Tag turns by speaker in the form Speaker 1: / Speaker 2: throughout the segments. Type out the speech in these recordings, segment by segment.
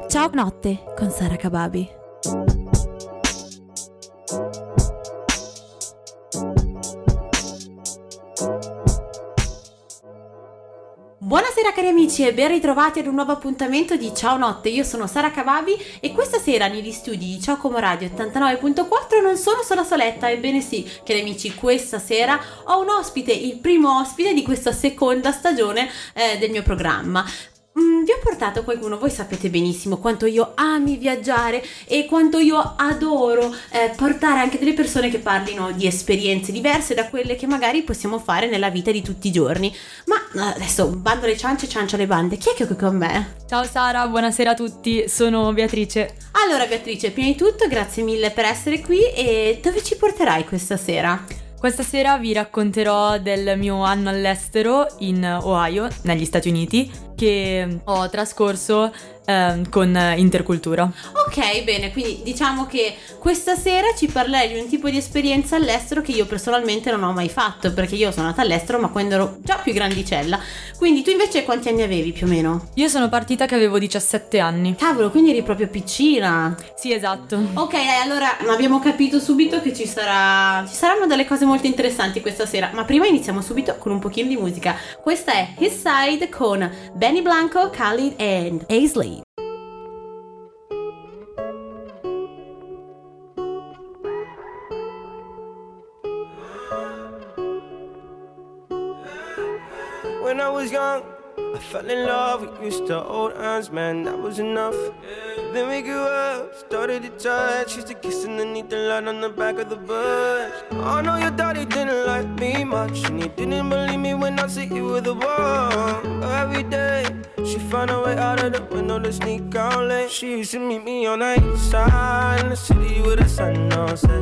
Speaker 1: Ciao notte con Sara Kababi. Buonasera cari amici e ben ritrovati ad un nuovo appuntamento di Ciao Notte. Io sono Sara Kababi e questa sera negli studi di Ciao Como Radio 89.4 non sono sola soletta. Ebbene sì, cari amici, questa sera ho un ospite, il primo ospite di questa seconda stagione del mio programma. Vi ho portato qualcuno, voi sapete benissimo quanto io ami viaggiare e quanto io adoro portare anche delle persone che parlino di esperienze diverse da quelle che magari possiamo fare nella vita di tutti i giorni. Ma adesso bando le ciance, ciancio le bande. Chi è che è qui con me?
Speaker 2: Ciao Sara, buonasera a tutti, sono Beatrice.
Speaker 1: Allora Beatrice, prima di tutto grazie mille per essere qui e dove ci porterai questa sera?
Speaker 2: Questa sera vi racconterò del mio anno all'estero in Ohio, negli Stati Uniti, che ho trascorso con Intercultura.
Speaker 1: Ok, bene, quindi diciamo che questa sera ci parlerai di un tipo di esperienza all'estero che io personalmente non ho mai fatto, perché io sono andata all'estero ma quando ero già più grandicella. Quindi tu invece quanti anni avevi più o meno?
Speaker 2: Io sono partita che avevo 17 anni.
Speaker 1: Cavolo, quindi eri proprio piccina.
Speaker 2: Sì, esatto.
Speaker 1: Ok, allora abbiamo capito subito che ci saranno delle cose molto interessanti questa sera, ma prima iniziamo subito con un pochino di musica. Questa è His Side con Benny Blanco, Khalid e Aisley.
Speaker 3: When I was young, I fell in love, we used to hold hands, man, that was enough. Then we grew up, started to touch, used to kiss underneath the light on the back of the bus. I know your daddy didn't like me much, and he didn't believe me when I said you were the one. Every day, she found a way out of the window to sneak out late. She used to meet me on the east side, in the city with the sun on set.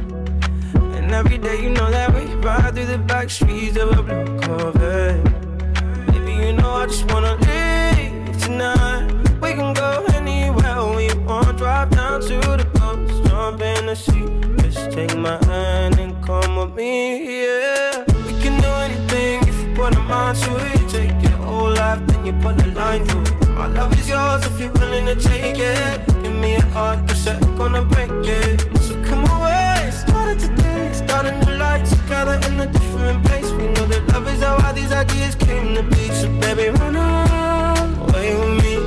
Speaker 3: And every day, you know that we ride through the back streets of a blue Corvette. You know I just wanna leave tonight. We can go anywhere we want. Drive down to the coast, jump in the sea. Just take my hand and come with me, yeah. We can do anything if you put a mind to it. Take your whole life, then you put a line through it. My love is yours if you're willing to take it. Give me a heart, but I'm gonna break it. So come away, started today, start a new life together in a different place. We know that love is how all these ideas came to be. So baby, run away with me.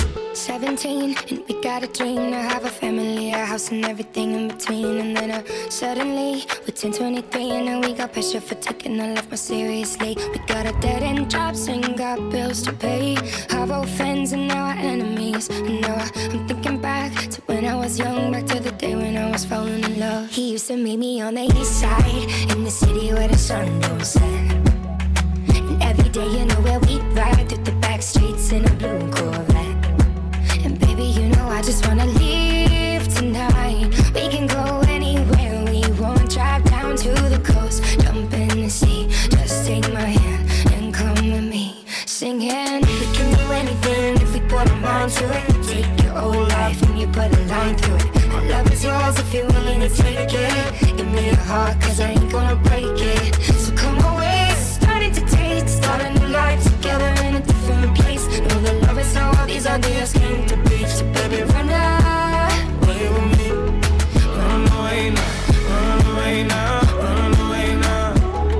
Speaker 4: 17 and we got a dream to have a family, a house and everything in between. And then suddenly we're 10, 23 and now we got pressure for taking our life more seriously. We got a dead end jobs and got bills to pay. Our old friends and now our enemies. And now I'm thinking back to when I was young, back to the day when I was falling in love. He used to meet me on the east side, in the city where the sun don't set. And every day you know where we ride through the back streets in a blue Corvette. And baby, you know I just wanna leave tonight. We can go anywhere we want. Drive down to the coast, jump in the sea. Just take my hand and come with me, singing. We can do anything if we put a mind to it. Take your whole life and you put a line through it. My love is yours if you're willing to take it. Give me a heart, cause I ain't gonna break it. So come away, starting to taste. Start a new life together in a different place. Know that love is how all these ideas came to be. So baby, run away with me.
Speaker 3: Run away now, run away now, run away now.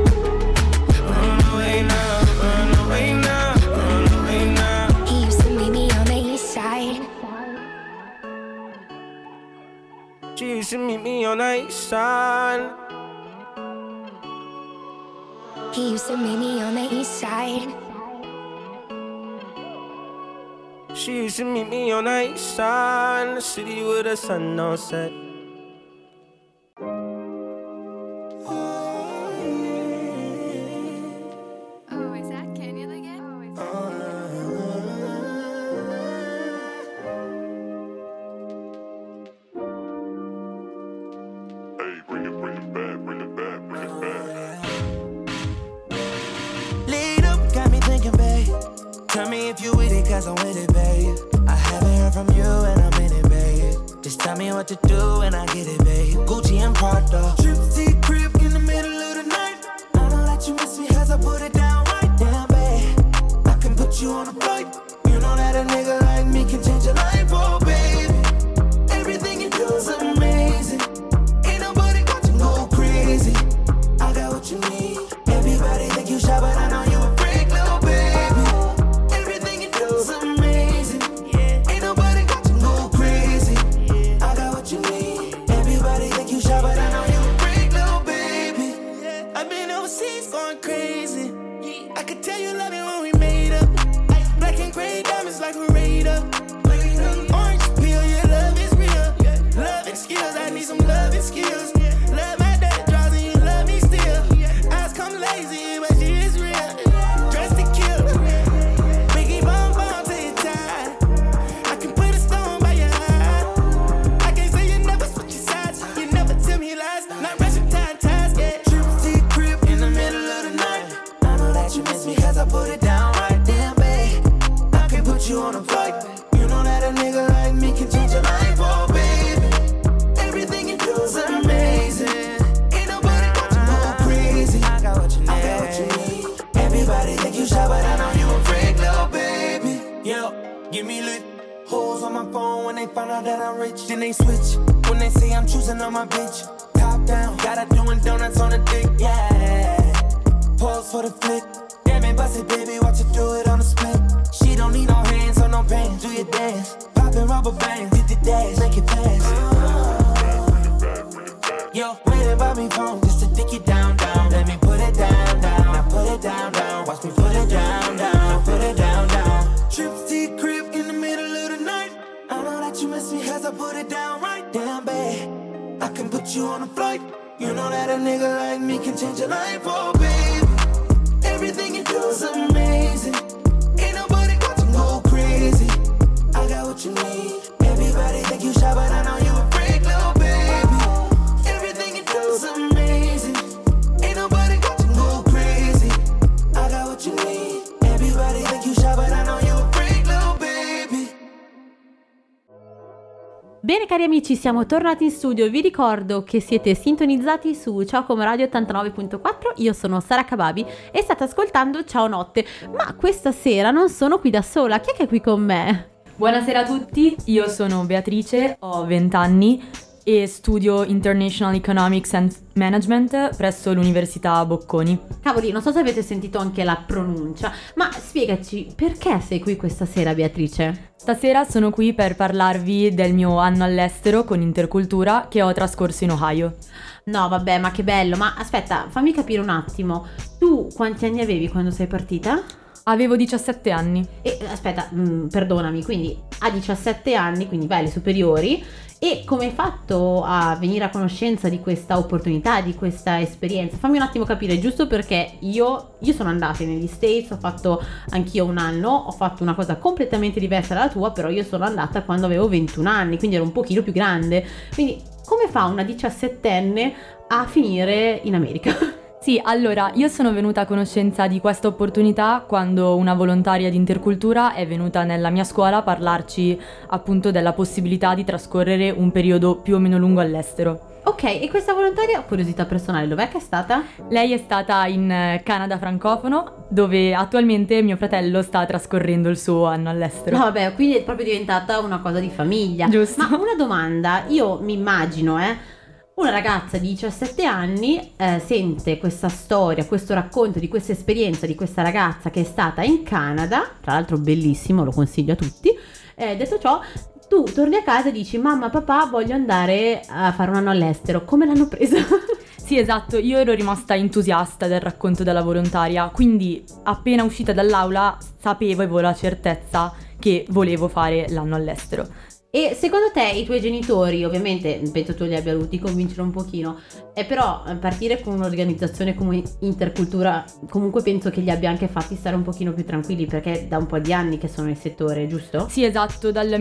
Speaker 3: Run away now, run away now, run away now.
Speaker 4: He used to meet me on the east side.
Speaker 3: She used to meet me on the east side.
Speaker 4: He used to meet me on the east side.
Speaker 3: She used to meet me on the east side, in the city with the sun on set.
Speaker 5: Oh, is that Canyon again?
Speaker 6: Bring it back, bring it back, bring it back.
Speaker 7: Lead up, got me thinking, babe. Tell me if you with it, cause I'm with it, babe. I haven't heard from you and I'm in it, babe. Just tell me what to do and I get it, babe. Gucci and Prada. Gypsy crib in the middle of the night. I don't let you miss me as I put it down right down, babe. I can put you on a flight. You know that a nigga like me can change your life, oh, Get me lit. Hoes on my phone when they find out that I'm rich. Then they switch when they say I'm choosing on my bitch. Top down, got her doing donuts on the dick, yeah. Pause for the flick. Damn it, bust it, baby, watch her do it on the split. She don't need no hands or no pants. Do your dance, poppin' rubber bands, hit the dash, make it fast. Yo, waiting by me phone just to dick it down, down. Let me put it down, down. Now put it down, down. Watch me put it down, down. Now put it down, down. Trips to your crib in the middle of the night. I know that you miss me cause I put it down right. Damn, babe, I can put you on a flight. You know that a nigga like me can change your life, oh, babe. Everything you do is amazing. Ain't nobody watching go crazy. I got what you need. Everybody think you shy, but I know you a freak, little baby. Everything you do is amazing. Ain't nobody watching go crazy. I got what you need. Everybody think you shy, but I know you a freak, little baby.
Speaker 1: Bene cari amici, siamo tornati in studio. Vi ricordo che siete sintonizzati su Ciao Como Radio 89.4. Io sono Sara Kababi e state ascoltando Ciao Notte. Ma questa sera non sono qui da sola. Chi è che è qui con me?
Speaker 2: Buonasera a tutti, io sono Beatrice, ho 20 anni e studio International Economics and Management presso l'Università Bocconi.
Speaker 1: Cavoli, non so se avete sentito anche la pronuncia, ma spiegaci, perché sei qui questa sera, Beatrice?
Speaker 2: Stasera sono qui per parlarvi del mio anno all'estero con Intercultura che ho trascorso in Ohio.
Speaker 1: No, vabbè, ma che bello, ma aspetta, fammi capire un attimo. Tu quanti anni avevi quando sei partita?
Speaker 2: Avevo 17 anni.
Speaker 1: E aspetta, perdonami, quindi a 17 anni, quindi vai alle superiori, e come hai fatto a venire a conoscenza di questa opportunità, di questa esperienza? Fammi un attimo capire, giusto perché io sono andata negli States, ho fatto anch'io un anno, ho fatto una cosa completamente diversa dalla tua, però io sono andata quando avevo 21 anni, quindi ero un pochino più grande, quindi come fa una 17enne a finire in America?
Speaker 2: Sì, allora, io sono venuta a conoscenza di questa opportunità quando una volontaria di Intercultura è venuta nella mia scuola a parlarci appunto della possibilità di trascorrere un periodo più o meno lungo all'estero.
Speaker 1: Ok, e questa volontaria, curiosità personale, dov'è che è stata?
Speaker 2: Lei è stata in Canada francofono, dove attualmente mio fratello sta trascorrendo il suo anno all'estero.
Speaker 1: No, vabbè, quindi è proprio diventata una cosa di famiglia.
Speaker 2: Giusto.
Speaker 1: Ma una domanda, io mi immagino, una ragazza di 17 anni sente questa storia, questo racconto di questa esperienza di questa ragazza che è stata in Canada, tra l'altro bellissimo, lo consiglio a tutti. Detto ciò, tu torni a casa e dici: mamma, papà, voglio andare a fare un anno all'estero. Come l'hanno presa?
Speaker 2: Sì, esatto, io ero rimasta entusiasta del racconto della volontaria, quindi appena uscita dall'aula sapevo e avevo la certezza che volevo fare l'anno all'estero.
Speaker 1: E secondo te i tuoi genitori, ovviamente penso tu li abbia dovuti convincere un pochino, però partire con un'organizzazione come Intercultura comunque penso che li abbia anche fatti stare un pochino più tranquilli, perché da un po' di anni che sono nel settore, giusto?
Speaker 2: Sì, esatto, dal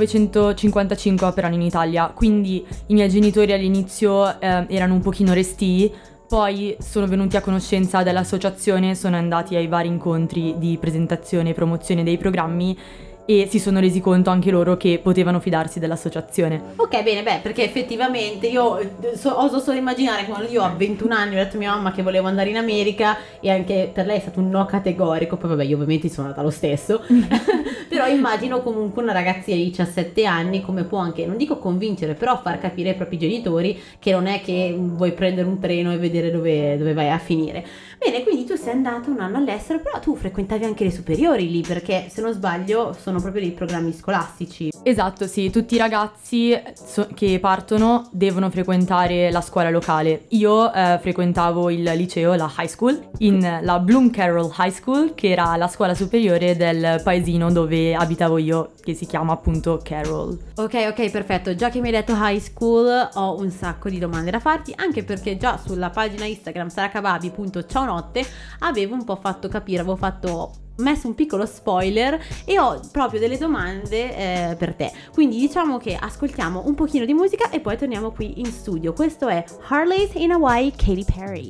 Speaker 2: 1955 operano in Italia, quindi i miei genitori all'inizio erano un pochino restii. Poi sono venuti a conoscenza dell'associazione, sono andati ai vari incontri di presentazione e promozione dei programmi e si sono resi conto anche loro che potevano fidarsi dell'associazione.
Speaker 1: Ok, bene, perché effettivamente io oso solo immaginare quando io a 21 anni ho detto a mia mamma che volevo andare in America e anche per lei è stato un no categorico, poi vabbè io ovviamente sono andata lo stesso, però immagino comunque una ragazzina di 17 anni come può anche, non dico convincere, però far capire ai propri genitori che non è che vuoi prendere un treno e vedere dove vai a finire. Bene, quindi tu sei andata un anno all'estero, però tu frequentavi anche le superiori lì, perché se non sbaglio sono proprio dei programmi scolastici.
Speaker 2: Esatto, sì, tutti i ragazzi che partono devono frequentare la scuola locale. Io frequentavo il liceo, la high school, in la Bloom Carroll High School, che era la scuola superiore del paesino dove abitavo io, che si chiama appunto Carroll.
Speaker 1: Ok, perfetto. Già che mi hai detto high school ho un sacco di domande da farti, anche perché già sulla pagina Instagram sarakababi.ciaonotte avevo un po' fatto capire, messo un piccolo spoiler e ho proprio delle domande per te. Quindi diciamo che ascoltiamo un pochino di musica e poi torniamo qui in studio. Questo è Harley's in Hawaii, Katy Perry.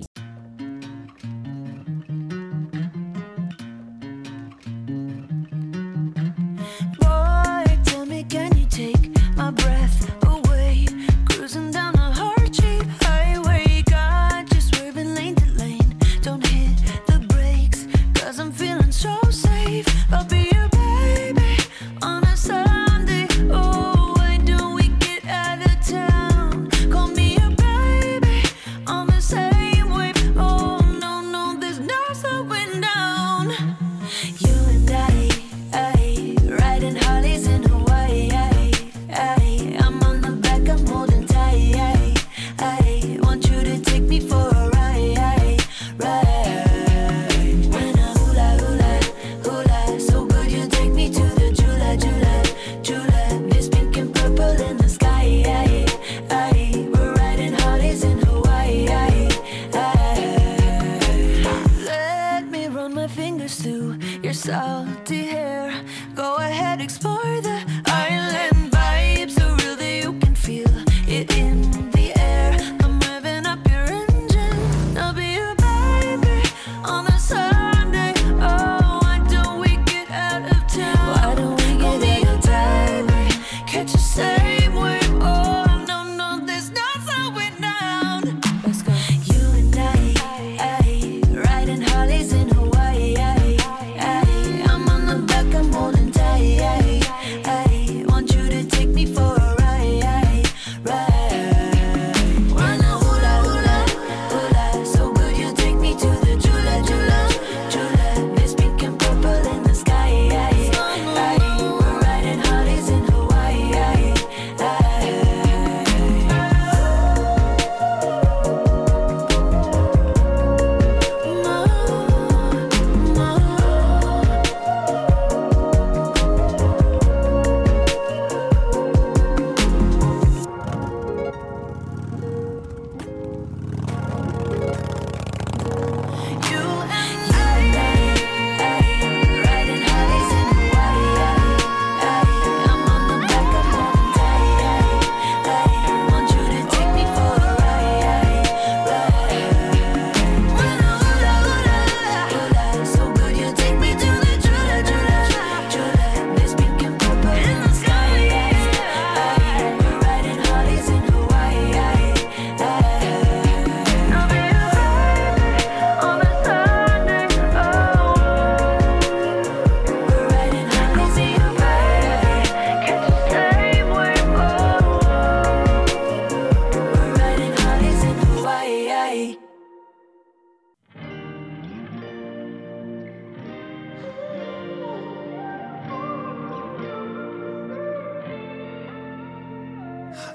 Speaker 8: Boy, tell me, can you take my breath away? Cruising down the hard-shaped highway, got you swerving lane to lane. Don't hit the brakes, 'cause I'm feeling so safe. I'll be your baby on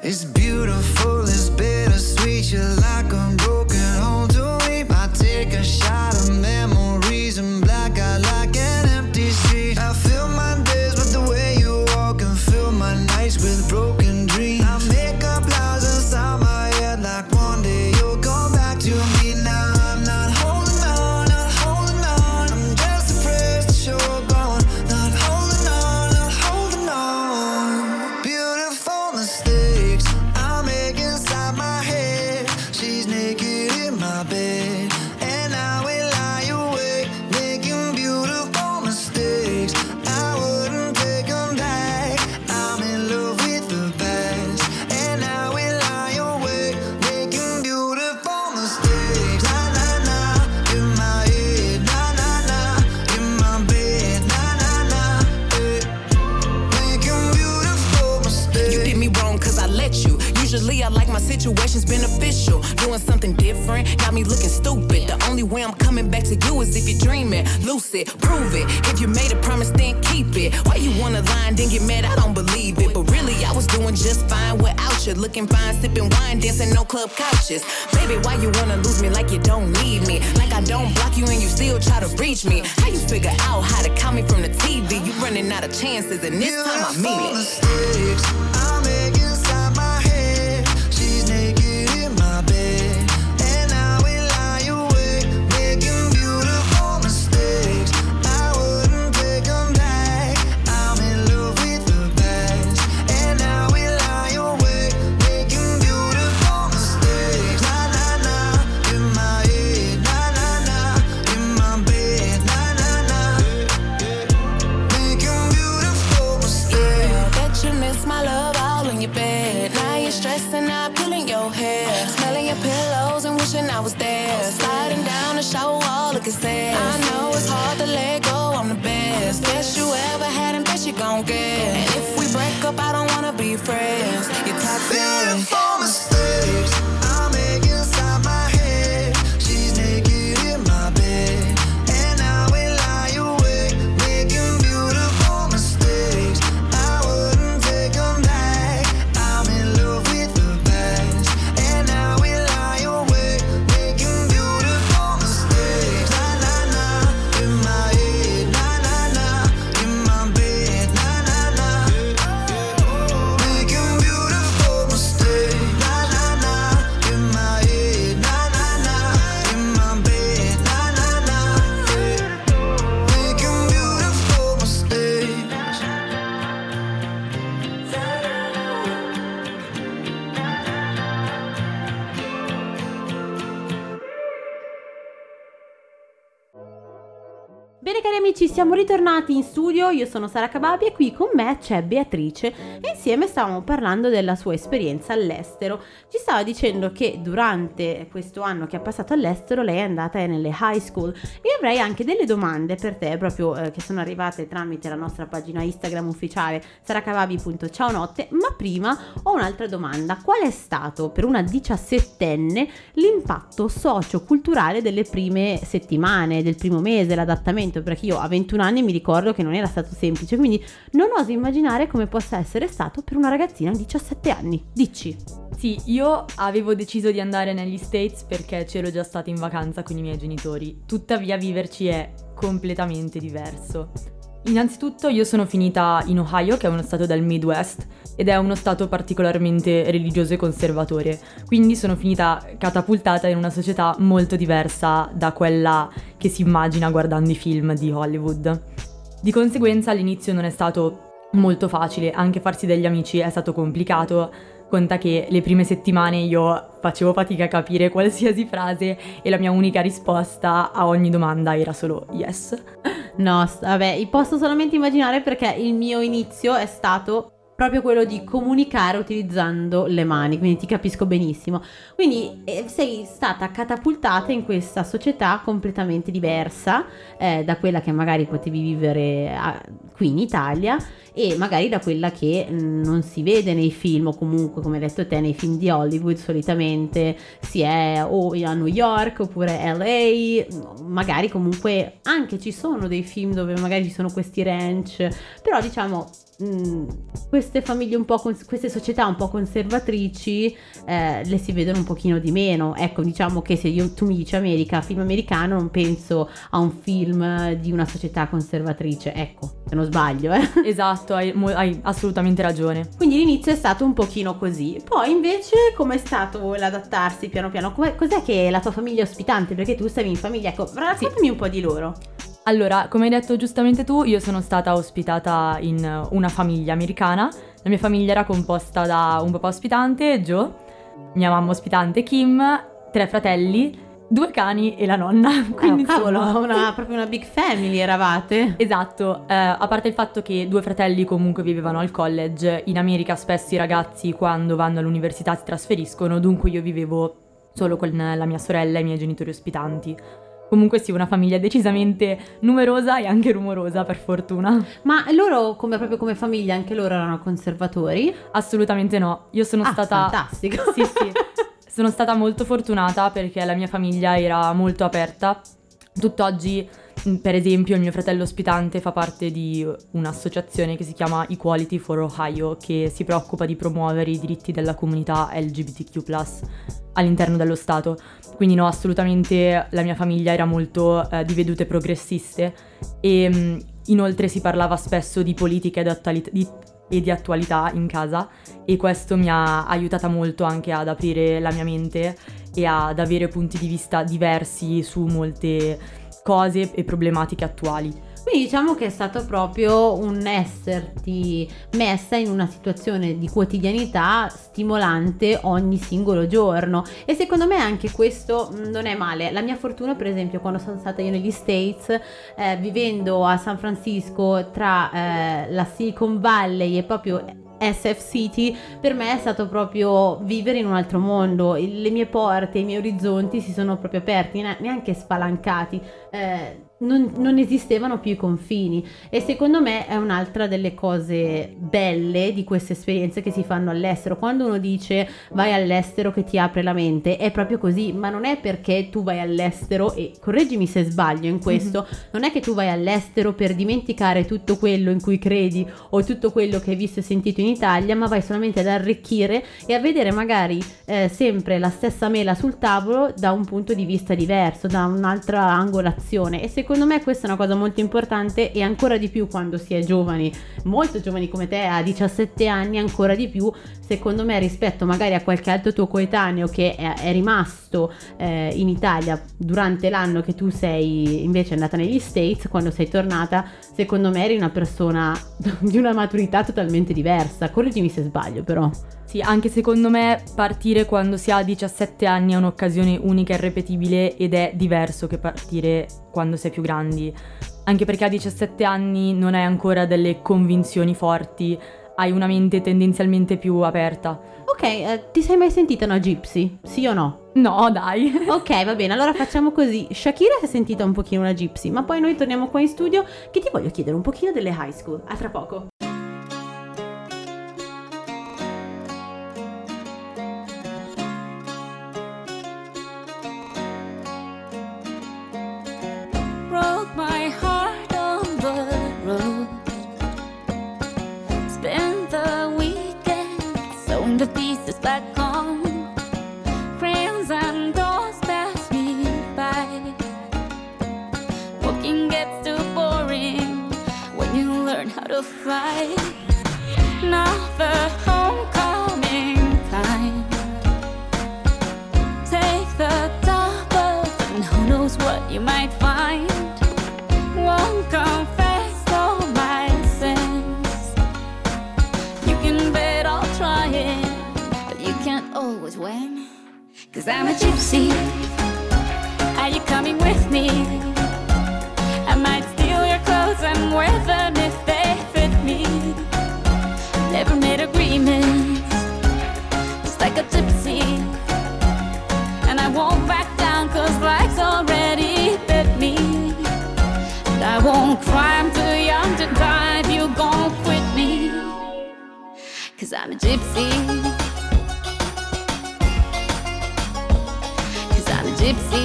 Speaker 7: It's beautiful, it's bittersweet. You're like a broken home to me. I take a shot of memories and black out like an empty street. I fill my days with the way you walk and fill my nights with broken dreams. I make up lies inside my head like one day you'll come back to me. Now I'm not holding on, not holding on. I'm just afraid to show going. Not holding on, not holding on. Beautiful mistakes I make inside my head. She's naked in my bed, and I will lie awake, making beautiful mistakes. I wouldn't take them back. I'm in love with the past, and I will lie awake, making beautiful mistakes. Na na na, in my head. Na na na, in my bed. Na na na, making beautiful mistakes.
Speaker 9: You did me wrong cause I let you. Usually I like my situations beneficial. Doing something different, got me looking stupid. The only way I'm coming back to you is if you're dreaming. Lucid, prove it. If you made a promise, then keep it. Why you wanna lie and then get mad? I don't believe it. But really, I was doing just fine without you. Looking fine, sipping wine, dancing no club couches. Baby, why you wanna lose me like you don't need me? Like I don't block you and you still try to reach me. How you figure out how to call me from the TV? You running out of chances and this time I mean it.
Speaker 7: Mistakes I make inside my head. She's naked in my bed, and I will lie awake, making beautiful mistakes. I wouldn't take them back. I'm in love with the past, and I will lie awake, making beautiful mistakes. Na na na, in my head. Na na na, in my bed. Na na na, making beautiful mistakes.
Speaker 9: Yeah, bet you miss my love all in your bed. Now you're stressing out, pulling your hair, smelling your pillows and wishing I was there. Sliding down the shower wall, looking sad. I know it's hard to let go, I'm the best. Best you ever had and best you gon' get. And if we break up, I don't wanna be friends. You're toxic.
Speaker 7: Beautiful mistakes I make inside my head. She's naked in my bed, and I will lie awake, making beautiful mistakes. I wouldn't take them back. I'm in love with the past, and I will lie awake, making beautiful mistakes. Na na na, in my head. Na na na, in my bed. Na na na, making beautiful mistakes. Na na na, in my head. Na na na, in my bed. Na na na, making beautiful mistakes.
Speaker 1: Bene cari amici, siamo ritornati in studio, io sono Sara Cababi e qui con me c'è Beatrice e insieme stavamo parlando della sua esperienza all'estero. Ci stava dicendo che durante questo anno che ha passato all'estero lei è andata nelle high school e avrei anche delle domande per te proprio che sono arrivate tramite la nostra pagina Instagram ufficiale saracababi.ciaonotte, ma prima ho un'altra domanda. Qual è stato per una 17enne l'impatto socio-culturale delle prime settimane, del primo mese, l'adattamento? Perché io a 21 anni mi ricordo che non era stato semplice, quindi non oso immaginare come possa essere stato per una ragazzina di 17 anni. Dici.
Speaker 2: Sì, io avevo deciso di andare negli States perché c'ero già stata in vacanza con i miei genitori, tuttavia viverci è completamente diverso. Innanzitutto io sono finita in Ohio, che è uno stato del Midwest, ed è uno stato particolarmente religioso e conservatore, quindi sono finita catapultata in una società molto diversa da quella che si immagina guardando i film di Hollywood. Di conseguenza all'inizio non è stato molto facile, anche farsi degli amici è stato complicato, conta che le prime settimane io facevo fatica a capire qualsiasi frase e la mia unica risposta a ogni domanda era solo yes.
Speaker 1: No, vabbè, posso solamente immaginare perché il mio inizio è stato proprio quello di comunicare utilizzando le mani, quindi ti capisco benissimo. Quindi sei stata catapultata in questa società completamente diversa da quella che magari potevi vivere qui in Italia e magari da quella che non si vede nei film, o comunque, come hai detto te, nei film di Hollywood solitamente si è o a New York oppure LA, magari comunque anche ci sono dei film dove magari ci sono questi ranch, però diciamo queste famiglie un po' queste società un po' conservatrici le si vedono un pochino di meno. Ecco, diciamo che se tu mi dici America, film americano, non penso a un film di una società conservatrice, ecco, se non sbaglio.
Speaker 2: Esatto, hai assolutamente ragione.
Speaker 1: Quindi l'inizio è stato un pochino così. Poi invece com'è stato l'adattarsi piano piano? Cos'è che la tua famiglia ospitante? Perché tu stavi in famiglia, ecco, raccontami un po' di loro.
Speaker 2: Allora, come hai detto giustamente tu, io sono stata ospitata in una famiglia americana. La mia famiglia era composta da un papà ospitante, Joe, mia mamma ospitante, Kim, 3 fratelli, 2 cani e la nonna. Quindi
Speaker 1: cavolo,
Speaker 2: insomma,
Speaker 1: proprio una big family eravate.
Speaker 2: Esatto, a parte il fatto che 2 fratelli comunque vivevano al college, in America spesso i ragazzi quando vanno all'università si trasferiscono, dunque io vivevo solo con la mia sorella e i miei genitori ospitanti. Comunque sì, una famiglia decisamente numerosa e anche rumorosa, per fortuna.
Speaker 1: Ma loro, proprio come famiglia, anche loro erano conservatori?
Speaker 2: Assolutamente no. Io sono stata...
Speaker 1: fantastico!
Speaker 2: Sì. Sono stata molto fortunata perché la mia famiglia era molto aperta. Tutt'oggi, per esempio, il mio fratello ospitante fa parte di un'associazione che si chiama Equality for Ohio, che si preoccupa di promuovere i diritti della comunità LGBTQ+, all'interno dello Stato. Quindi no, assolutamente la mia famiglia era molto di vedute progressiste e inoltre si parlava spesso di politica e di attualità in casa, e questo mi ha aiutata molto anche ad aprire la mia mente e ad avere punti di vista diversi su molte cose e problematiche attuali.
Speaker 1: Quindi diciamo che è stato proprio un esserti messa in una situazione di quotidianità stimolante ogni singolo giorno, e secondo me anche questo non è male. La mia fortuna, per esempio, quando sono stata io negli States, vivendo a San Francisco tra la Silicon Valley e proprio SF City, per me è stato proprio vivere in un altro mondo. Le mie porte, i miei orizzonti si sono proprio aperti, neanche spalancati. Non esistevano più i confini, e secondo me è un'altra delle cose belle di queste esperienze che si fanno all'estero. Quando uno dice vai all'estero che ti apre la mente, è proprio così, ma non è perché tu vai all'estero, e correggimi se sbaglio in questo, non è che tu vai all'estero per dimenticare tutto quello in cui credi o tutto quello che hai visto e sentito in Italia, ma vai solamente ad arricchire e a vedere magari sempre la stessa mela sul tavolo da un punto di vista diverso, da un'altra angolazione. E secondo me questa è una cosa molto importante, e ancora di più quando si è giovani, molto giovani come te, a 17 anni, ancora di più secondo me rispetto magari a qualche altro tuo coetaneo che è rimasto in Italia durante l'anno che tu sei invece andata negli States. Quando sei tornata, secondo me eri una persona di una maturità totalmente diversa. Correggimi se sbaglio, però.
Speaker 2: Sì, anche secondo me partire quando si ha 17 anni è un'occasione unica e irripetibile, ed è diverso che partire quando sei più grandi, anche perché a 17 anni non hai ancora delle convinzioni forti, hai una mente tendenzialmente più aperta.
Speaker 1: Ok, ti sei mai sentita una gypsy? Sì o no?
Speaker 2: No, dai.
Speaker 1: Ok, va bene, allora facciamo così. Shakira si è sentita un pochino una gypsy, ma poi noi torniamo qua in studio che ti voglio chiedere un pochino delle high school. A tra poco.
Speaker 8: Broke my heart on the road. Spent the weekend sewing the pieces back home. Crayons and doors pass me by. Walking gets too boring when you learn how to fly. Now the homecoming time. Take the top off and who knows what you might find. Won't confess all my sins. You can bet I'll try it, but you can't always win. 'Cause I'm a gypsy. Are you coming with me? I might steal your clothes and wear them if they fit me. Never made agreements, just like a gypsy. And I won't back down 'cause life's already bit me. I won't cry, I'm too young to die if you gon' quit me. 'cause I'm a gypsy. 'Cause I'm a gypsy.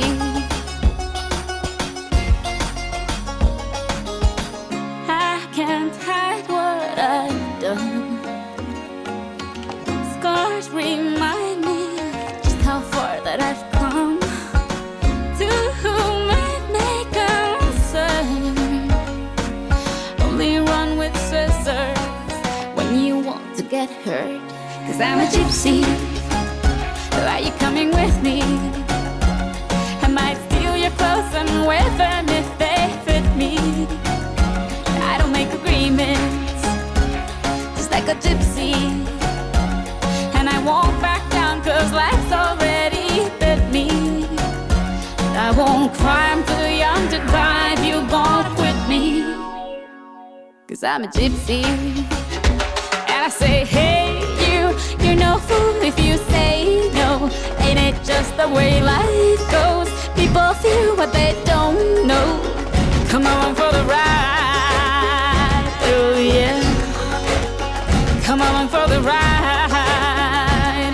Speaker 8: I can't hide what I've done. Scars remind me just how far that I've come. To whom it may concern, only run with scissors when you want to get hurt. 'Cause I'm a gypsy. Are you coming with me? I might steal your clothes and wear them if they fit me. I don't make agreements, just like a gypsy. And I won't back down 'cause life's already bit me. I won't cry, I'm too young to die if you gon' quit me. 'Cause I'm a gypsy. And I say, hey, you're no fool if you say no. Ain't it just the way life goes? People feel what they don't know. Come along for the ride, oh yeah. Come along for the ride,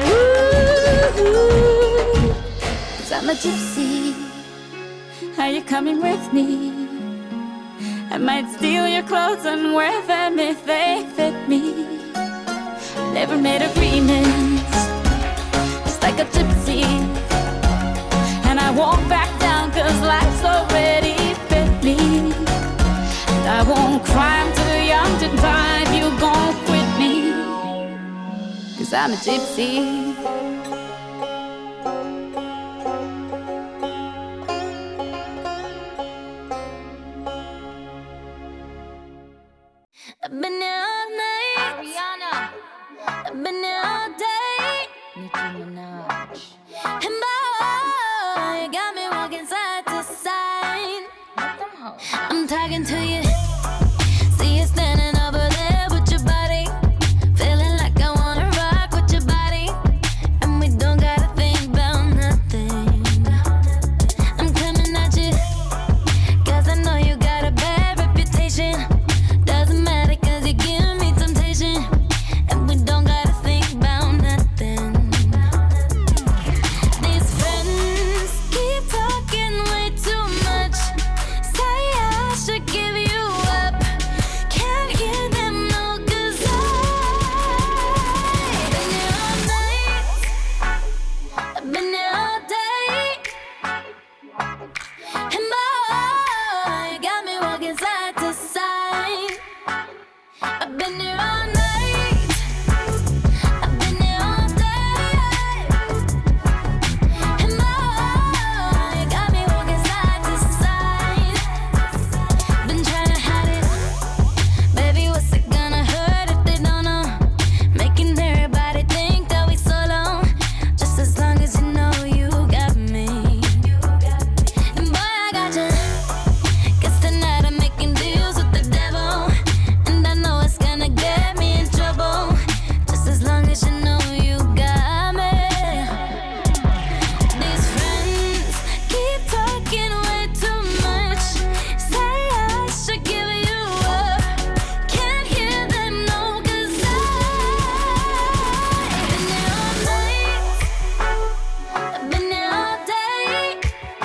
Speaker 8: ooh. 'Cause I'm a gypsy. Are you coming with me? I might steal your clothes and wear them if they fit me. Never made agreements, just like a gypsy. And I won't back down 'cause life's already bit me. I won't cry, I'm too young to die if you gon' quit me. 'Cause I'm a gypsy. I've been here all night, Ariana. I've been here all day, Nicki Minaj. And boy, you got me walking side to side. I'm talking to you. See you standing over there with your body, feeling like I wanna rock with your body. And we don't gotta think about nothing. I'm coming at you, 'cause I know you got a bad reputation. Doesn't matter 'cause you give me temptation. And we don't gotta think about nothing. These friends keep talking way too much. Say I should give you up. Can't hear them no, 'cause I've been here all night. I've been here all day. And boy, you got me walking side to side. I've been here all night. I've been here all day. And boy, you got me walking side to side. Been trying to hide it. Baby, what's it gonna hurt if they don't know? Making everybody think that we solo. Just as long as you know you got me. And boy, I got you. 'Cause tonight I'm making deals with the devil. And I know it's gonna get me in trouble. Just as long as you know you got me. These friends keep talking way too much. Say I should give you up. Can't hear them no, 'cause I've been here all night. I've been here all day.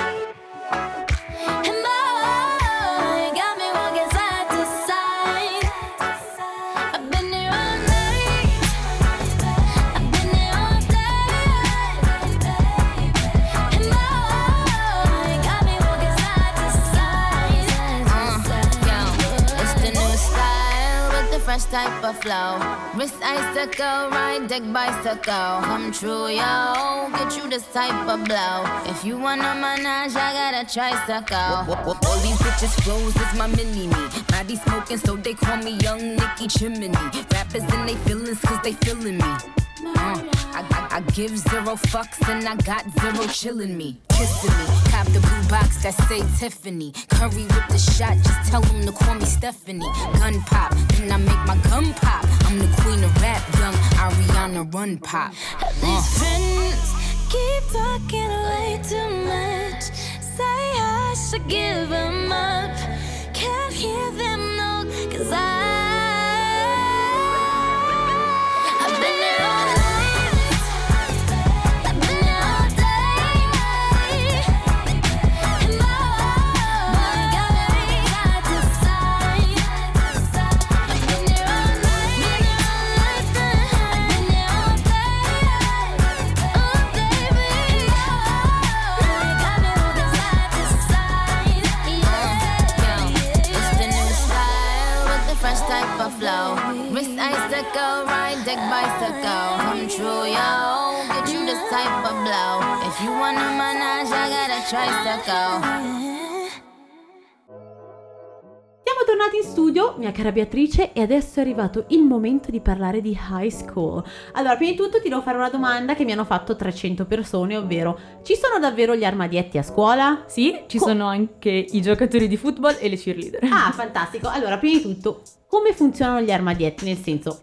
Speaker 8: And boy, you got me walking side to side. I've been here all night. I've been here all day. And boy, you got me walking side to side.
Speaker 10: It's the new style with the fresh type of flow. Wrist icicle, ride deck bicycle. Come true, yo. Get you this type of blow. If you wanna manage, I got a tricycle. All these bitches flows is my mini-me. Body smoking, so they call me Young Nicki Chimney. Rappers in they feelings, 'cause they feeling me. I give zero fucks and I got zero chillin' me. Kissing me, cop the blue box that say Tiffany. Curry with the shot, just tell them to call me Stephanie. Gun pop, then I make my gun pop. I'm the queen of rap, young Ariana Run Pop.
Speaker 8: These friends keep talking way too much. Say I should give them up. Can't hear them no, 'cause I've been
Speaker 10: fresh type of flow. Wrist icicle, ride deck bicycle. Come true, yo, get you this type of blow. If you wanna manage, I got a tricycle.
Speaker 1: Siamo tornati in studio, mia cara Beatrice, e adesso è arrivato il momento di parlare di high school. Allora, prima di tutto ti devo fare una domanda che mi hanno fatto 300 persone, ovvero: ci sono davvero gli armadietti a scuola?
Speaker 2: Sì, ci sono anche i giocatori di football e le cheerleader.
Speaker 1: Ah, fantastico. Allora, prima di tutto, come funzionano gli armadietti? Nel senso,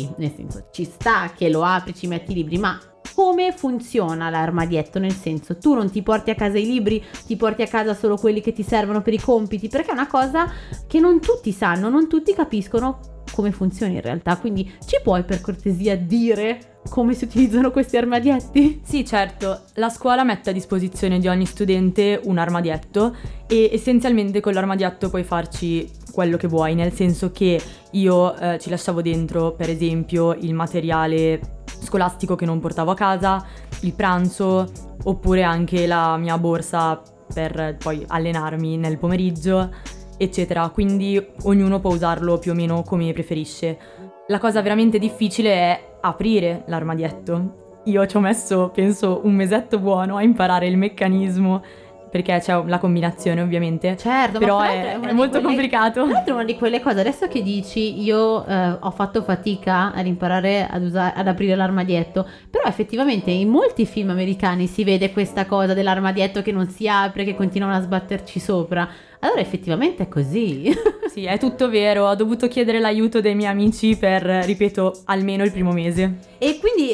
Speaker 1: ci sta che lo apri, ci metti i libri, ma come funziona l'armadietto? Nel senso, tu non ti porti a casa i libri, ti porti a casa solo quelli che ti servono per i compiti, perché è una cosa che non tutti sanno, non tutti capiscono come funziona in realtà. Quindi ci puoi per cortesia dire come si utilizzano questi armadietti?
Speaker 2: Sì, certo, la scuola mette a disposizione di ogni studente un armadietto e essenzialmente con l'armadietto puoi farci quello che vuoi, nel senso che io ci lasciavo dentro per esempio il materiale scolastico che non portavo a casa, il pranzo, oppure anche la mia borsa per poi allenarmi nel pomeriggio, eccetera. Quindi ognuno può usarlo più o meno come preferisce. La cosa veramente difficile è aprire l'armadietto. Io ci ho messo, penso, un mesetto buono a imparare il meccanismo, perché c'è la combinazione ovviamente.
Speaker 1: Certo,
Speaker 2: però
Speaker 1: ma
Speaker 2: è molto complicato.
Speaker 1: Tra l'altro è una di quelle cose, adesso che dici, io ho fatto fatica ad imparare ad aprire l'armadietto, però effettivamente in molti film americani si vede questa cosa dell'armadietto che non si apre, che continuano a sbatterci sopra. Allora effettivamente è così.
Speaker 2: Sì, è tutto vero, ho dovuto chiedere l'aiuto dei miei amici per, ripeto, almeno il primo mese.
Speaker 1: E quindi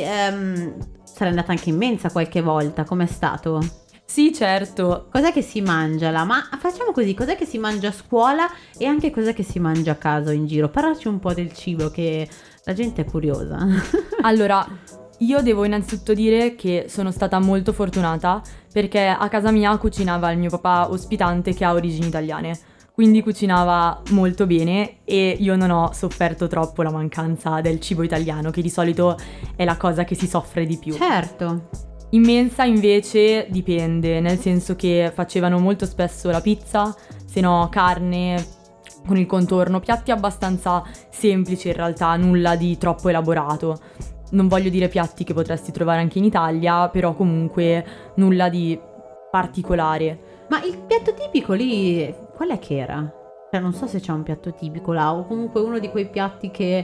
Speaker 1: sarai andata anche in mensa qualche volta, com'è stato?
Speaker 2: Sì, certo.
Speaker 1: Cos'è che si mangia là? Ma facciamo così, cos'è che si mangia a scuola e anche cos'è che si mangia a casa o in giro? Parlaci un po' del cibo, che la gente è curiosa.
Speaker 2: Allora, io devo innanzitutto dire che sono stata molto fortunata perché a casa mia cucinava il mio papà ospitante che ha origini italiane. Quindi cucinava molto bene e io non ho sofferto troppo la mancanza del cibo italiano, che di solito è la cosa che si soffre di più.
Speaker 1: Certo.
Speaker 2: In mensa invece dipende, nel senso che facevano molto spesso la pizza, se no carne con il contorno, piatti abbastanza semplici in realtà, nulla di troppo elaborato. Non voglio dire piatti che potresti trovare anche in Italia, però comunque nulla di particolare.
Speaker 1: Ma il piatto tipico lì, qual è che era? Cioè non so se c'è un piatto tipico là, o comunque uno di quei piatti che,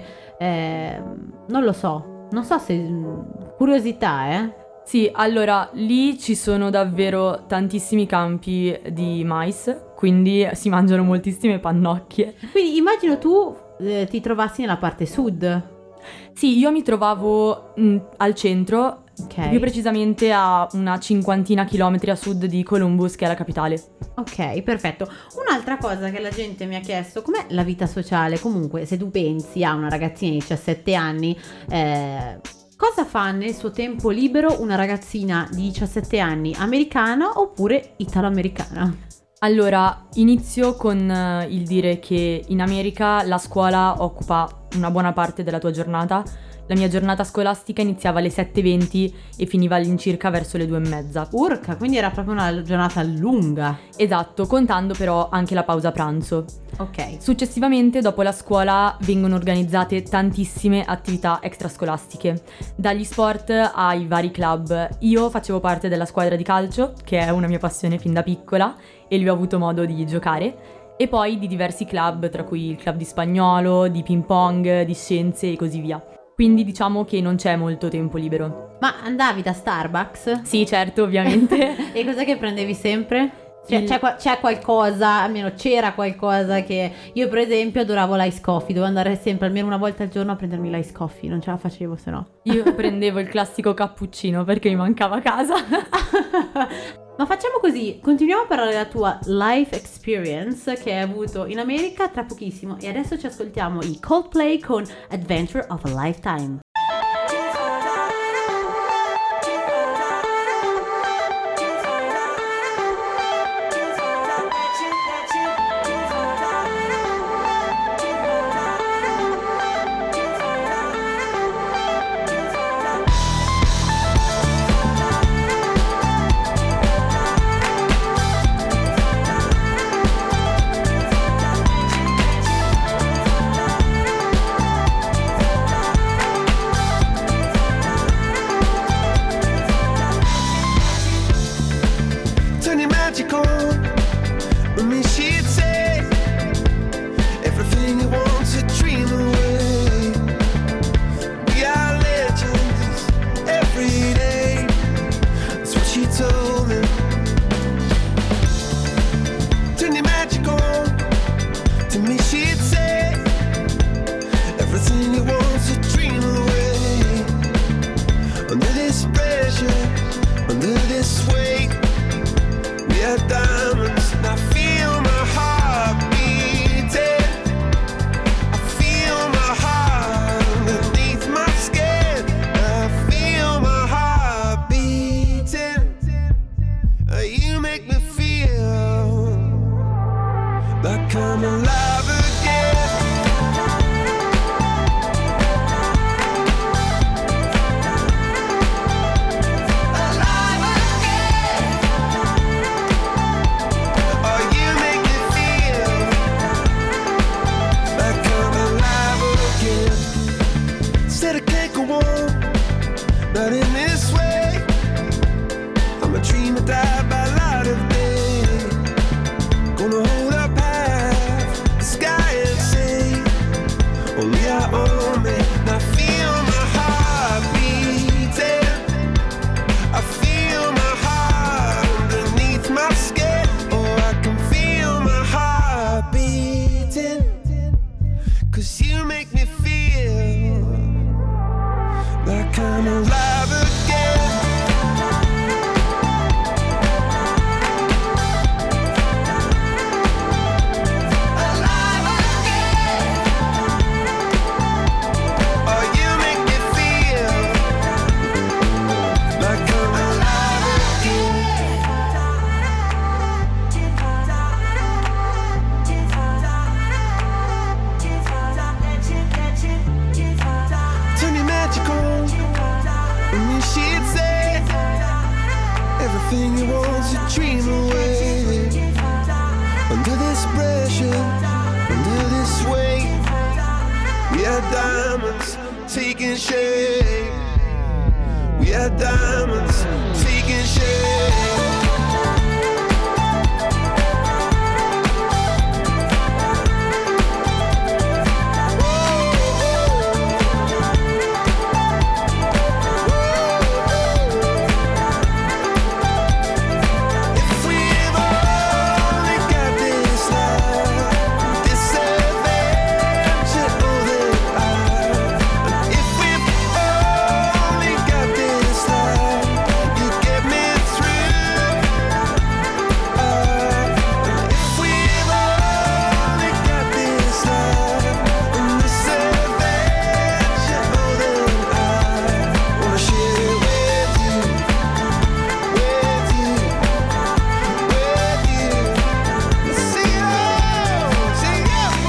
Speaker 1: non lo so se, curiosità,
Speaker 2: Sì, allora, lì ci sono davvero tantissimi campi di mais, quindi si mangiano moltissime pannocchie.
Speaker 1: Quindi immagino tu ti trovassi nella parte sud.
Speaker 2: Sì, io mi trovavo al centro, più precisamente a una 50 chilometri a sud di Columbus, che è la capitale.
Speaker 1: Ok, perfetto. Un'altra cosa che la gente mi ha chiesto, com'è la vita sociale? Comunque, se tu pensi a una ragazzina di 17 anni... cosa fa nel suo tempo libero una ragazzina di 17 anni americana oppure italo-americana?
Speaker 2: Allora, inizio con il dire che in America la scuola occupa una buona parte della tua giornata. La mia giornata scolastica iniziava alle 7:20 e finiva all'incirca verso le 2:30.
Speaker 1: Urca, quindi era proprio una giornata lunga.
Speaker 2: Esatto, contando però anche la pausa pranzo.
Speaker 1: Ok.
Speaker 2: Successivamente, dopo la scuola, vengono organizzate tantissime attività extrascolastiche, dagli sport ai vari club. Io facevo parte della squadra di calcio, che è una mia passione fin da piccola, e lì ho avuto modo di giocare, e poi di diversi club, tra cui il club di spagnolo, di ping pong, di scienze e così via. Quindi diciamo che non c'è molto tempo libero.
Speaker 1: Ma andavi da Starbucks?
Speaker 2: Sì, certo, ovviamente.
Speaker 1: E cos'è che prendevi sempre? C'è qualcosa, almeno c'era qualcosa che... Io per esempio adoravo l'ice coffee, dovevo andare sempre almeno una volta al giorno a prendermi l'ice coffee, non ce la facevo se no.
Speaker 2: Io prendevo il classico cappuccino perché mi mancava a casa.
Speaker 1: Ma facciamo così, continuiamo a parlare della tua life experience che hai avuto in America tra pochissimo, e adesso ci ascoltiamo i Coldplay con Adventure of a Lifetime.
Speaker 3: I own me. I feel my heart beating. I feel my heart underneath my skin. Oh, I can feel my heart beating. 'Cause you make me feel like I'm alive again. Alive again. Oh, you make me feel like I'm alive again. Turn me magical. And then she'd say everything you want's a dream away. Under this pressure, under this weight, we are diamonds taking shape. We are diamonds taking shape. If we've only got this love, this adventure, oh, that and if we've only got this love, you get me through. And if we've only got this love and this adventure, oh, then I wanna share it with you, with you, with you. See you, see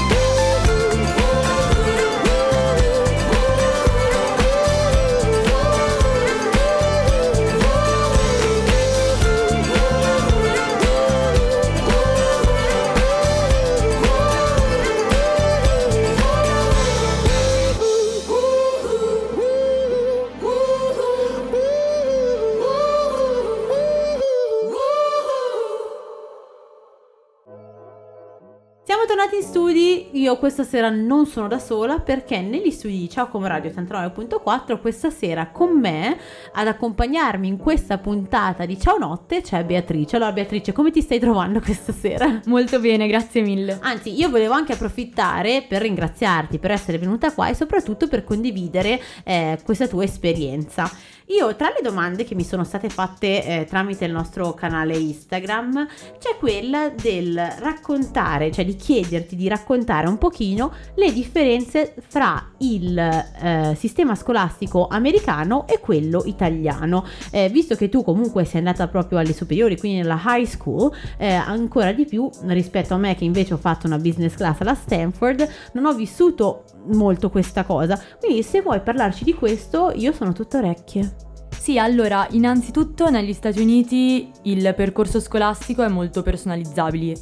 Speaker 1: Siamo tornati in studi, io questa sera non sono da sola perché negli studi di Ciao Come Radio 89.4 questa sera con me ad accompagnarmi in questa puntata di Ciao Notte c'è Beatrice. Allora Beatrice, come ti stai trovando questa sera?
Speaker 2: Molto bene, grazie mille.
Speaker 1: Anzi, io volevo anche approfittare per ringraziarti per essere venuta qua e soprattutto per condividere questa tua esperienza. Io tra le domande che mi sono state fatte tramite il nostro canale Instagram c'è quella del raccontare, cioè di chiederti di raccontare un pochino le differenze fra il sistema scolastico americano e quello italiano. Visto che tu comunque sei andata proprio alle superiori, quindi nella high school, ancora di più rispetto a me che invece ho fatto una business class alla Stanford, non ho vissuto molto questa cosa. Quindi se vuoi parlarci di questo io sono tutto orecchie.
Speaker 2: Sì, allora, innanzitutto negli Stati Uniti il percorso scolastico è molto personalizzabile,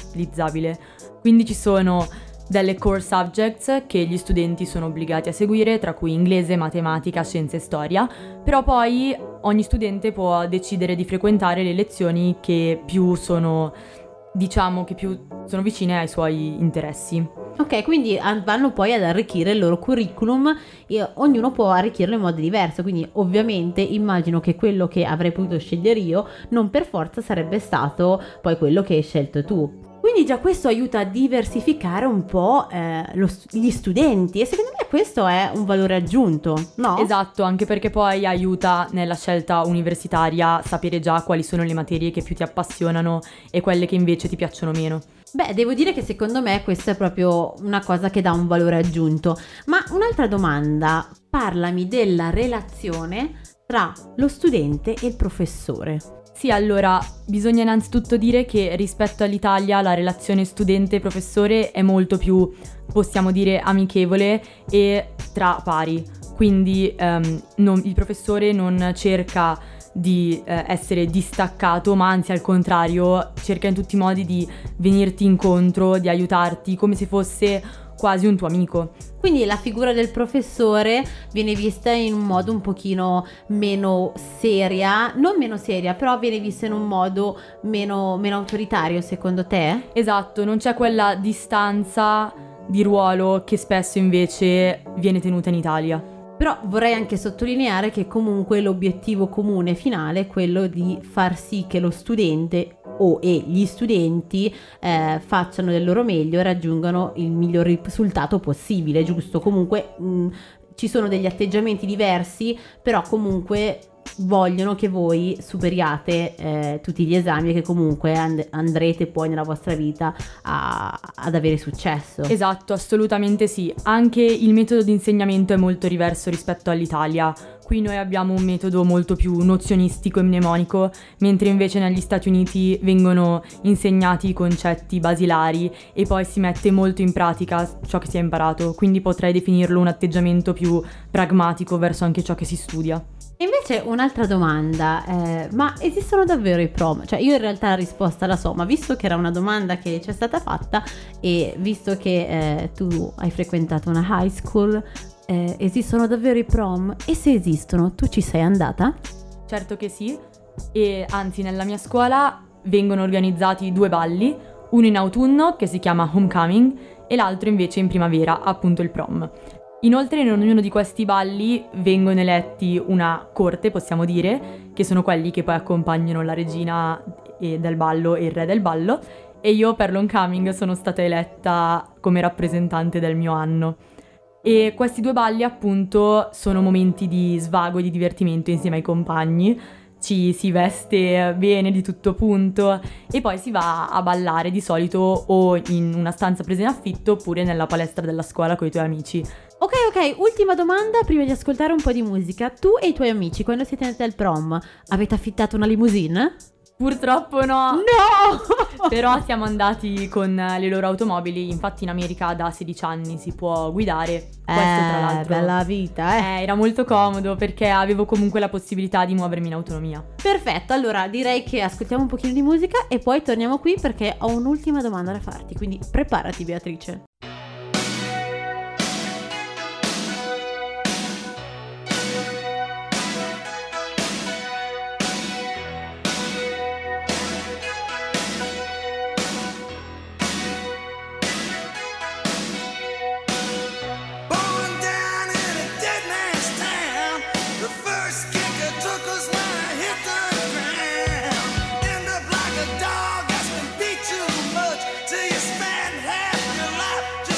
Speaker 2: quindi ci sono delle core subjects che gli studenti sono obbligati a seguire, tra cui inglese, matematica, scienze e storia, però poi ogni studente può decidere di frequentare le lezioni che più sono, diciamo, che più sono vicine ai suoi interessi.
Speaker 1: Ok, quindi vanno poi ad arricchire il loro curriculum e ognuno può arricchirlo in modo diverso, quindi ovviamente immagino che quello che avrei potuto scegliere io non per forza sarebbe stato poi quello che hai scelto tu. Quindi già questo aiuta a diversificare un po' gli studenti e secondo me questo è un valore aggiunto, no?
Speaker 2: Esatto, anche perché poi aiuta nella scelta universitaria sapere già quali sono le materie che più ti appassionano e quelle che invece ti piacciono meno.
Speaker 1: Beh, devo dire che secondo me questa è proprio una cosa che dà un valore aggiunto. Ma un'altra domanda, parlami della relazione tra lo studente e il professore.
Speaker 2: Sì, allora, bisogna innanzitutto dire che rispetto all'Italia la relazione studente-professore è molto più, possiamo dire, amichevole e tra pari. Quindi il professore non cerca di essere distaccato, ma anzi al contrario cerca in tutti i modi di venirti incontro, di aiutarti come se fosse quasi un tuo amico.
Speaker 1: Quindi la figura del professore viene vista in un modo un pochino meno seria, non meno seria, però viene vista in un modo meno autoritario, secondo te?
Speaker 2: Esatto, non c'è quella distanza di ruolo che spesso invece viene tenuta in Italia.
Speaker 1: Però vorrei anche sottolineare che comunque l'obiettivo comune finale è quello di far sì che lo studente e gli studenti facciano del loro meglio e raggiungano il miglior risultato possibile, giusto? Comunque ci sono degli atteggiamenti diversi, però comunque vogliono che voi superiate tutti gli esami e che comunque andrete poi nella vostra vita ad avere successo.
Speaker 2: Esatto, assolutamente sì. Anche il metodo di insegnamento è molto diverso rispetto all'Italia. Qui noi abbiamo un metodo molto più nozionistico e mnemonico, mentre invece negli Stati Uniti vengono insegnati i concetti basilari e poi si mette molto in pratica ciò che si è imparato, quindi potrei definirlo un atteggiamento più pragmatico verso anche ciò che si studia.
Speaker 1: Invece un'altra domanda, ma esistono davvero i prom? Cioè io in realtà la risposta la so, ma visto che era una domanda che ci è stata fatta e visto che tu hai frequentato una high school, esistono davvero i prom? E se esistono, tu ci sei andata?
Speaker 2: Certo che sì, e anzi nella mia scuola vengono organizzati 2 balli, uno in autunno che si chiama Homecoming e l'altro invece in primavera, appunto il prom. Inoltre in ognuno di questi balli vengono eletti una corte, possiamo dire, che sono quelli che poi accompagnano la regina del ballo e il re del ballo, e io per l'Homecoming sono stata eletta come rappresentante del mio anno. E questi 2 balli appunto sono momenti di svago e di divertimento insieme ai compagni, ci si veste bene di tutto punto e poi si va a ballare di solito o in una stanza presa in affitto oppure nella palestra della scuola con i tuoi amici.
Speaker 1: Ok, ultima domanda prima di ascoltare un po' di musica. Tu e i tuoi amici quando siete andati al prom avete affittato una limousine?
Speaker 2: Purtroppo no!
Speaker 1: No!
Speaker 2: Però siamo andati con le loro automobili, infatti in America da 16 anni si può guidare, questo tra l'altro.
Speaker 1: Bella vita,
Speaker 2: Era molto comodo perché avevo comunque la possibilità di muovermi in autonomia.
Speaker 1: Perfetto, allora direi che ascoltiamo un pochino di musica e poi torniamo qui perché ho un'ultima domanda da farti, quindi preparati Beatrice.
Speaker 7: Till you spend half your life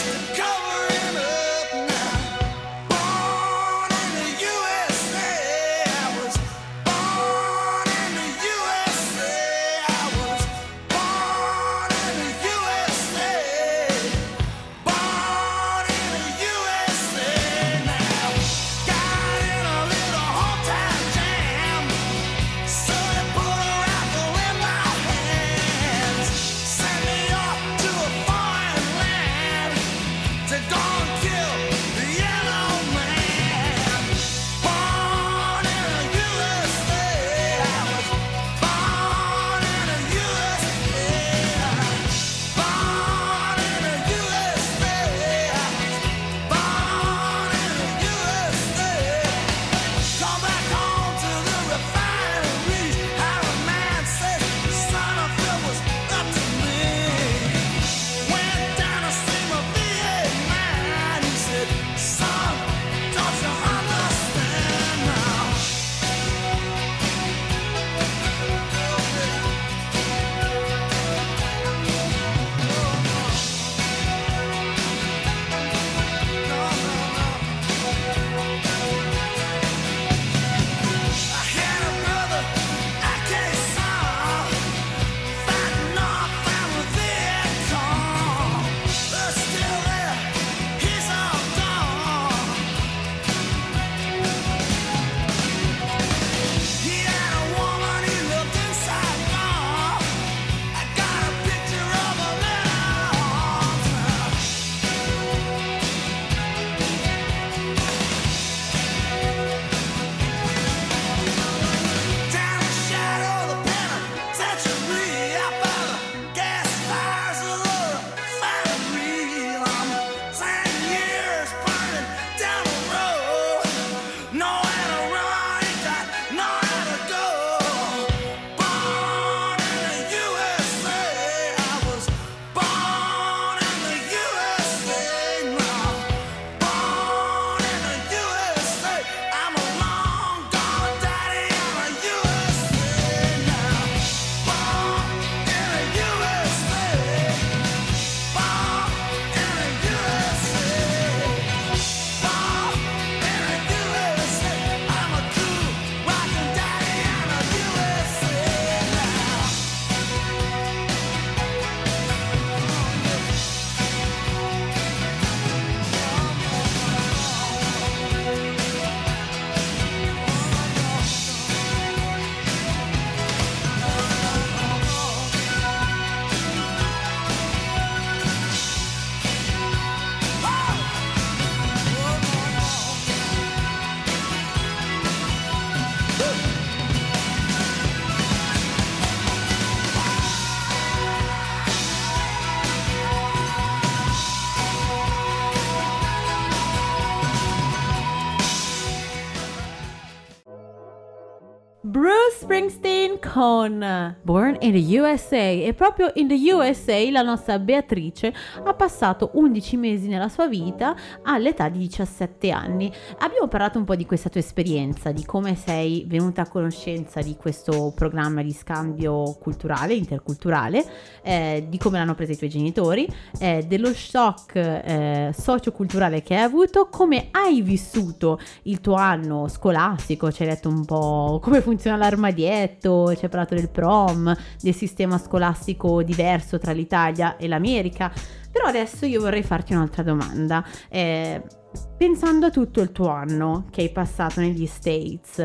Speaker 1: Bruce Springsteen con Born in the USA, e proprio in the USA la nostra Beatrice ha passato 11 mesi nella sua vita all'età di 17 anni. Abbiamo parlato un po' di questa tua esperienza, di come sei venuta a conoscenza di questo programma di scambio culturale, interculturale, di come l'hanno preso i tuoi genitori, dello shock socioculturale che hai avuto, come hai vissuto il tuo anno scolastico, ci hai detto un po' come funziona l'armadietto, ci hai parlato del prom, del sistema scolastico diverso tra l'Italia e l'America. Però adesso io vorrei farti un'altra domanda. Pensando a tutto il tuo anno che hai passato negli States,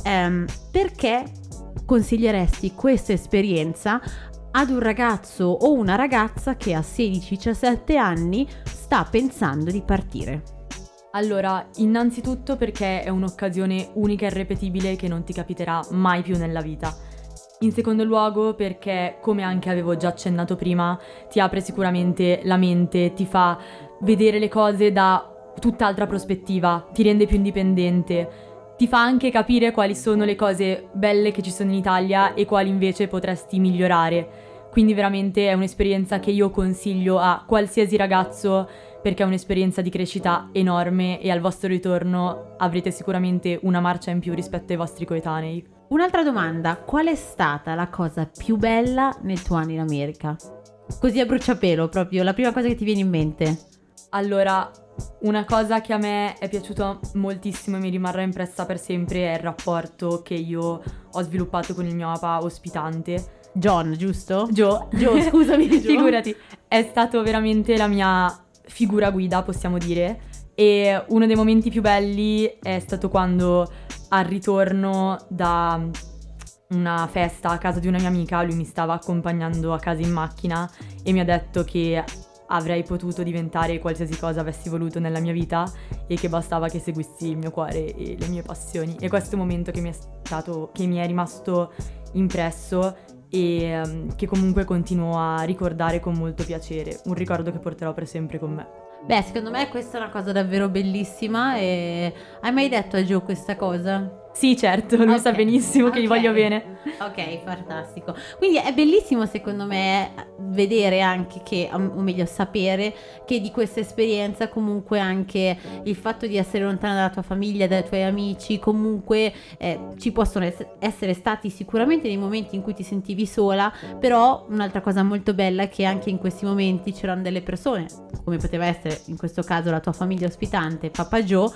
Speaker 1: perché consiglieresti questa esperienza ad un ragazzo o una ragazza che a 16-17 anni sta pensando di partire?
Speaker 2: Allora, innanzitutto perché è un'occasione unica e irripetibile che non ti capiterà mai più nella vita. In secondo luogo perché, come anche avevo già accennato prima, ti apre sicuramente la mente, ti fa vedere le cose da tutt'altra prospettiva, ti rende più indipendente, ti fa anche capire quali sono le cose belle che ci sono in Italia e quali invece potresti migliorare. Quindi veramente è un'esperienza che io consiglio a qualsiasi ragazzo, perché è un'esperienza di crescita enorme e al vostro ritorno avrete sicuramente una marcia in più rispetto ai vostri coetanei.
Speaker 1: Un'altra domanda: qual è stata la cosa più bella nel tuo anno in America? Così a bruciapelo, proprio la prima cosa che ti viene in mente.
Speaker 2: Allora, una cosa che a me è piaciuta moltissimo e mi rimarrà impressa per sempre è il rapporto che io ho sviluppato con il mio papà ospitante.
Speaker 1: John, giusto?
Speaker 2: Joe,
Speaker 1: scusami. Joe.
Speaker 2: Figurati, è stato veramente la mia figura guida, possiamo dire, e uno dei momenti più belli è stato quando al ritorno da una festa a casa di una mia amica, lui mi stava accompagnando a casa in macchina e mi ha detto che avrei potuto diventare qualsiasi cosa avessi voluto nella mia vita e che bastava che seguissi il mio cuore e le mie passioni. E questo è un momento che mi è rimasto impresso e che comunque continuo a ricordare con molto piacere, un ricordo che porterò per sempre con me.
Speaker 1: Beh, secondo me questa è una cosa davvero bellissima. E hai mai detto a Joe questa cosa?
Speaker 2: Sì, certo, lui sa benissimo che gli voglio bene.
Speaker 1: Ok, fantastico. Quindi è bellissimo secondo me vedere anche che, o meglio sapere che di questa esperienza comunque anche il fatto di essere lontana dalla tua famiglia, dai tuoi amici, comunque ci possono essere stati sicuramente dei momenti in cui ti sentivi sola, però un'altra cosa molto bella è che anche in questi momenti c'erano delle persone, come poteva essere in questo caso la tua famiglia ospitante, Papà Joe,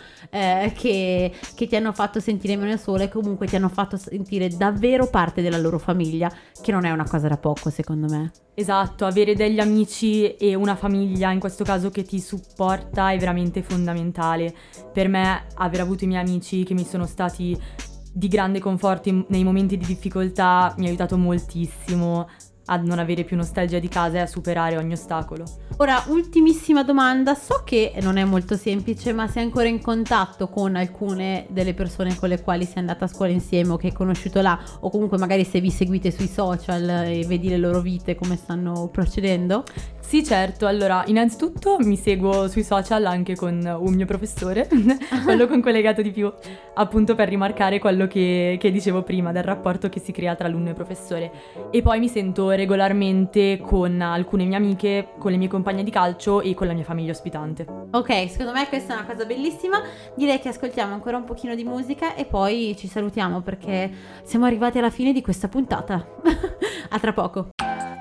Speaker 1: che ti hanno fatto sentire meno sola e comunque ti hanno fatto sentire davvero parte della loro famiglia, che non è una cosa da poco secondo me.
Speaker 2: Esatto, avere degli amici e una famiglia in questo caso che ti supporta è veramente fondamentale. Per me aver avuto i miei amici che mi sono stati di grande conforto nei momenti di difficoltà mi ha aiutato moltissimo a non avere più nostalgia di casa e a superare ogni ostacolo.
Speaker 1: Ora, ultimissima domanda, so che non è molto semplice, ma sei ancora in contatto con alcune delle persone con le quali sei andata a scuola insieme o che hai conosciuto là, o comunque magari se vi seguite sui social e vedi le loro vite come stanno procedendo?
Speaker 2: Sì, certo. Allora, innanzitutto mi seguo sui social anche con un mio professore, quello con cui ho legato di più, appunto per rimarcare quello che dicevo prima del rapporto che si crea tra alunno e professore. E poi mi sento regolarmente con alcune mie amiche, con le mie compagne di calcio e con la mia famiglia ospitante.
Speaker 1: Ok, secondo me questa è una cosa bellissima. Direi che ascoltiamo ancora un pochino di musica e poi ci salutiamo perché siamo arrivati alla fine di questa puntata. A tra poco.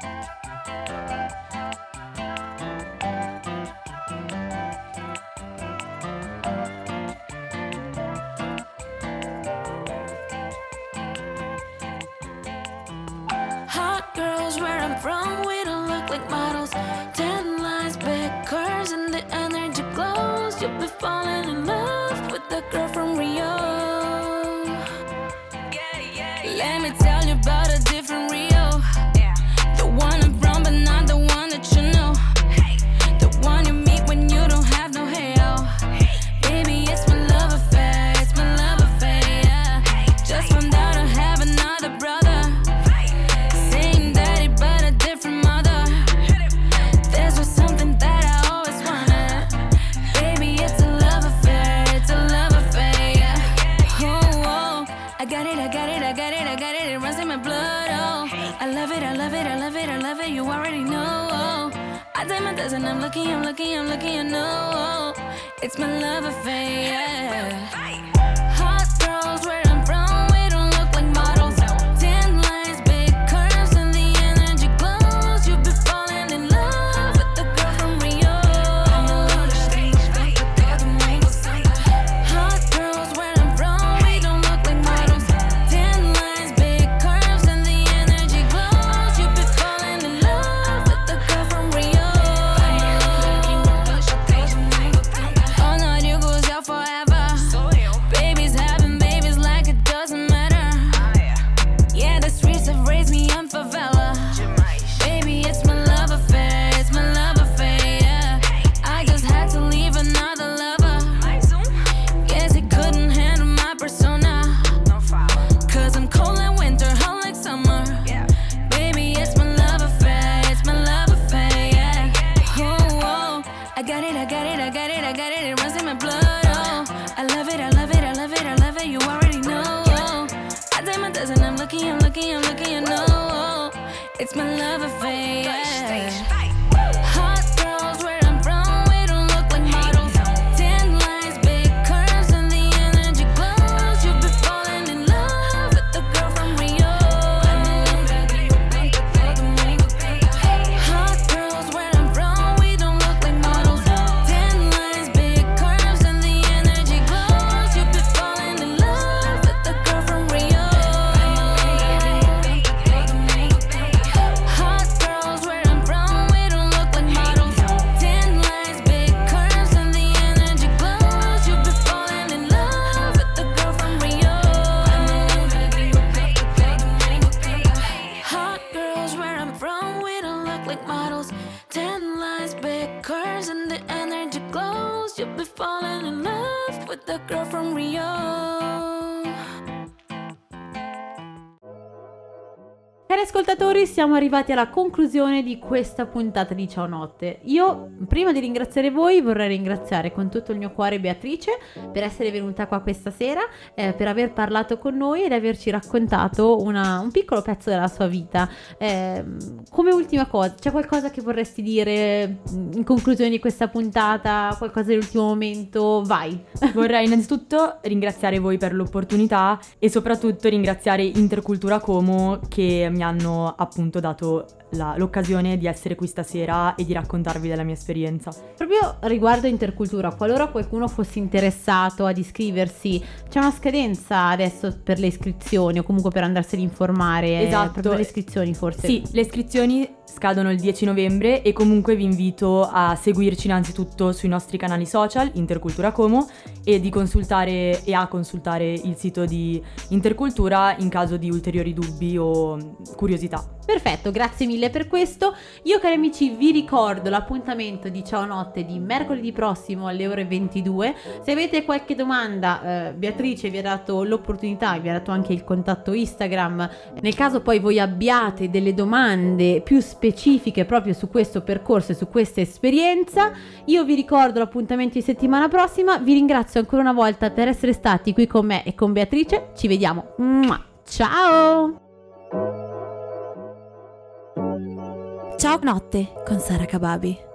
Speaker 8: Where I'm from, we don't look like models. 10 lines, big curves, and the energy glows. You'll be falling in love with the girl from Rio. Let me tell you about a different Rio. The one I'm from, but not the one that you know. The one you meet when you don't have no hell. Baby, it's my love affair, it's my love affair, yeah. Just found out I have another brother. Something that I always wanted. Baby, it's a love affair, I take my test and I'm lucky, you know. It's my love affair, yeah. Hot girls where I'm from, we don't look like models. Tan lines, big curves, and the energy glows. You'll be falling in love with the girl from Rio. Hot girls where I'm from, we don't look like models. Tan lines, big curves, and the energy glows. You'll be falling in love with the girl from Rio. All night you goes out forever. Babies having babies like it doesn't matter. Yeah, the streets have raised me in favela. Baby, it's my love affair, it's my love affair, yeah. I just had to leave another lover. Guess he couldn't handle my persona. Cause I'm cold like winter, hot like summer. Baby, it's my love affair, it's my love affair, yeah. Oh, oh, I got it, it runs in my blood, oh. I love it, you already know, oh. I take my test and I'm lucky, you know. It's my love affair, yeah. Hot girls where I'm from, we don't look like models. Tan lines, big curves, and the energy glows. You'll be falling in love with the girl from Rio. Hot girls where I'm from, we don't look like models. Tan lines, big curves, and the energy glows. You'll be falling in love with the girl from Rio. Hot girls where I'm from, we don't look like models. Tan lines, big curves, and the energy glows. You'll be falling in love with the girl from Rio. Hot girls where I'm from, we don't look like models. Tan lines, big curves, and the energy glows. You'll be falling in love with the girl from Rio.
Speaker 1: Cari ascoltatori, siamo arrivati alla conclusione di questa puntata di Ciao Notte. Io, prima di ringraziare voi, vorrei ringraziare con tutto il mio cuore Beatrice per essere venuta qua questa sera, per aver parlato con noi ed averci raccontato un piccolo pezzo della sua vita. Come ultima cosa, c'è qualcosa che vorresti dire in conclusione di questa puntata? Qualcosa dell'ultimo momento? Vai!
Speaker 2: Vorrei innanzitutto ringraziare voi per l'opportunità e soprattutto ringraziare Intercultura Como che mi hanno appunto dato l'occasione di essere qui stasera e di raccontarvi della mia esperienza.
Speaker 1: Proprio riguardo Intercultura, qualora qualcuno fosse interessato ad iscriversi, c'è una scadenza adesso per le iscrizioni o comunque per andarsi ad informare?
Speaker 2: Esatto.
Speaker 1: Proprio le iscrizioni forse?
Speaker 2: Sì, le iscrizioni scadono il 10 novembre e comunque vi invito a seguirci innanzitutto sui nostri canali social Intercultura Como e di consultare il sito di Intercultura in caso di ulteriori dubbi o curiosità.
Speaker 1: Perfetto, grazie mille per questo. Io, cari amici, vi ricordo l'appuntamento di Ciao Notte di mercoledì prossimo alle ore 22. Se avete qualche domanda, Beatrice vi ha dato l'opportunità, vi ha dato anche il contatto Instagram. Nel caso poi voi abbiate delle domande più specifiche proprio su questo percorso e su questa esperienza, io vi ricordo l'appuntamento di settimana prossima. Vi ringrazio ancora una volta per essere stati qui con me e con Beatrice. Ci vediamo. Ciao! Ciao Notte con Sara Kababi.